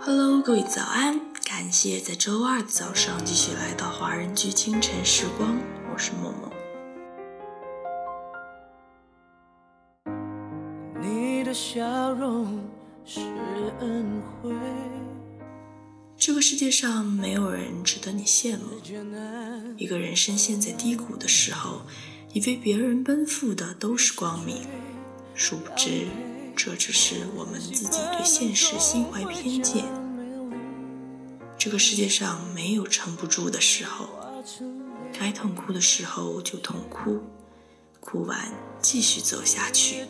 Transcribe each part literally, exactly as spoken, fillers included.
Hello， 各位早安！感谢在周二的早上继续来到华人居清晨时光，我是默默。 你的笑容是恩惠， 这个世界上没有人值得你羡慕。一个人深陷在低谷的时候，以为别人奔赴的都是光明，殊不知这只是我们自己对现实心怀偏见。这个世界上没有撑不住的时候，该痛哭的时候就痛哭，哭完继续走下去。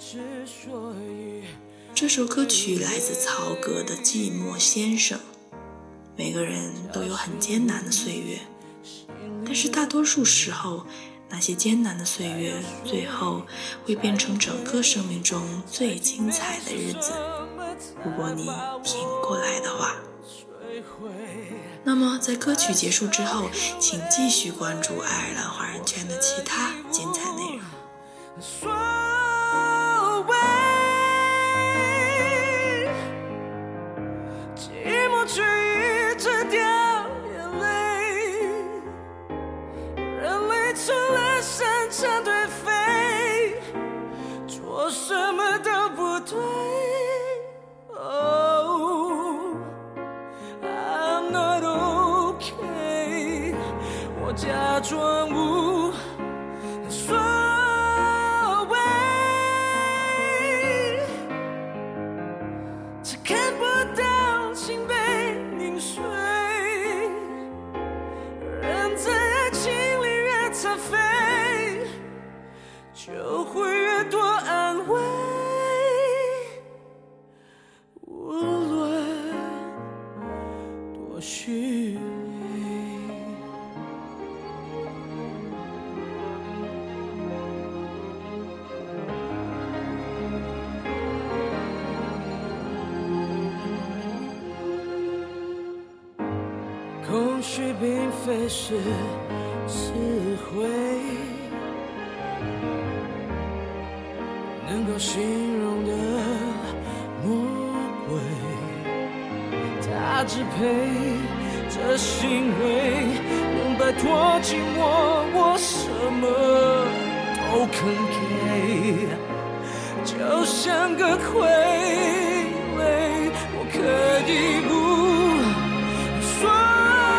这首歌曲来自曹格的《寂寞先生》。每个人都有很艰难的岁月，但是大多数时候，那些艰难的岁月最后会变成整个生命中最精彩的日子，如果你挺过来的话。那么在歌曲结束之后，请继续关注爱尔兰华人圈的其他精彩内容。 寂寞却一直掉眼泪，人类成了山长颓废，做什么都不对。Oh, I'm not okay， 我假装无所谓，只看不到心被凝碎，人在爱情里越残废，就会越多安慰，无论多虚伪。空虚并非是词汇，能够形容的魔鬼，它支配这行为，能摆脱寂寞，我什么都肯给，就像个傀儡，我可以不说。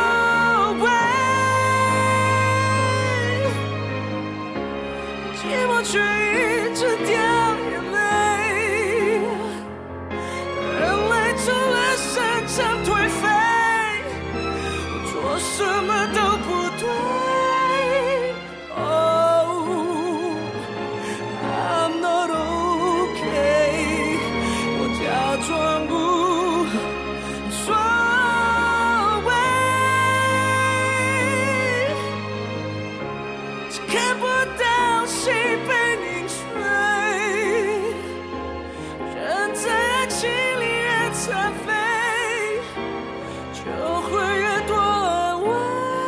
寂寞却一直掉眼泪，人类成了山长颓废，做什么都不对。Oh, I'm not okay， 我假装不所谓，只看不到心被凝碎，人在爱情里越残废，就会越多安慰。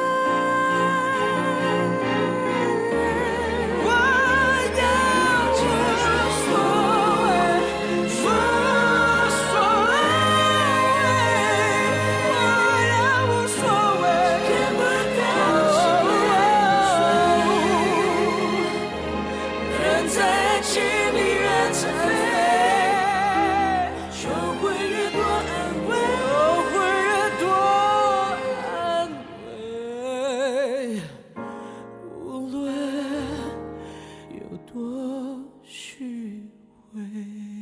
我要无所谓，无所谓，我要无所谓，看不到心被人在爱情里越残废，就会越多安慰，就会越多安慰，无论有多虚伪。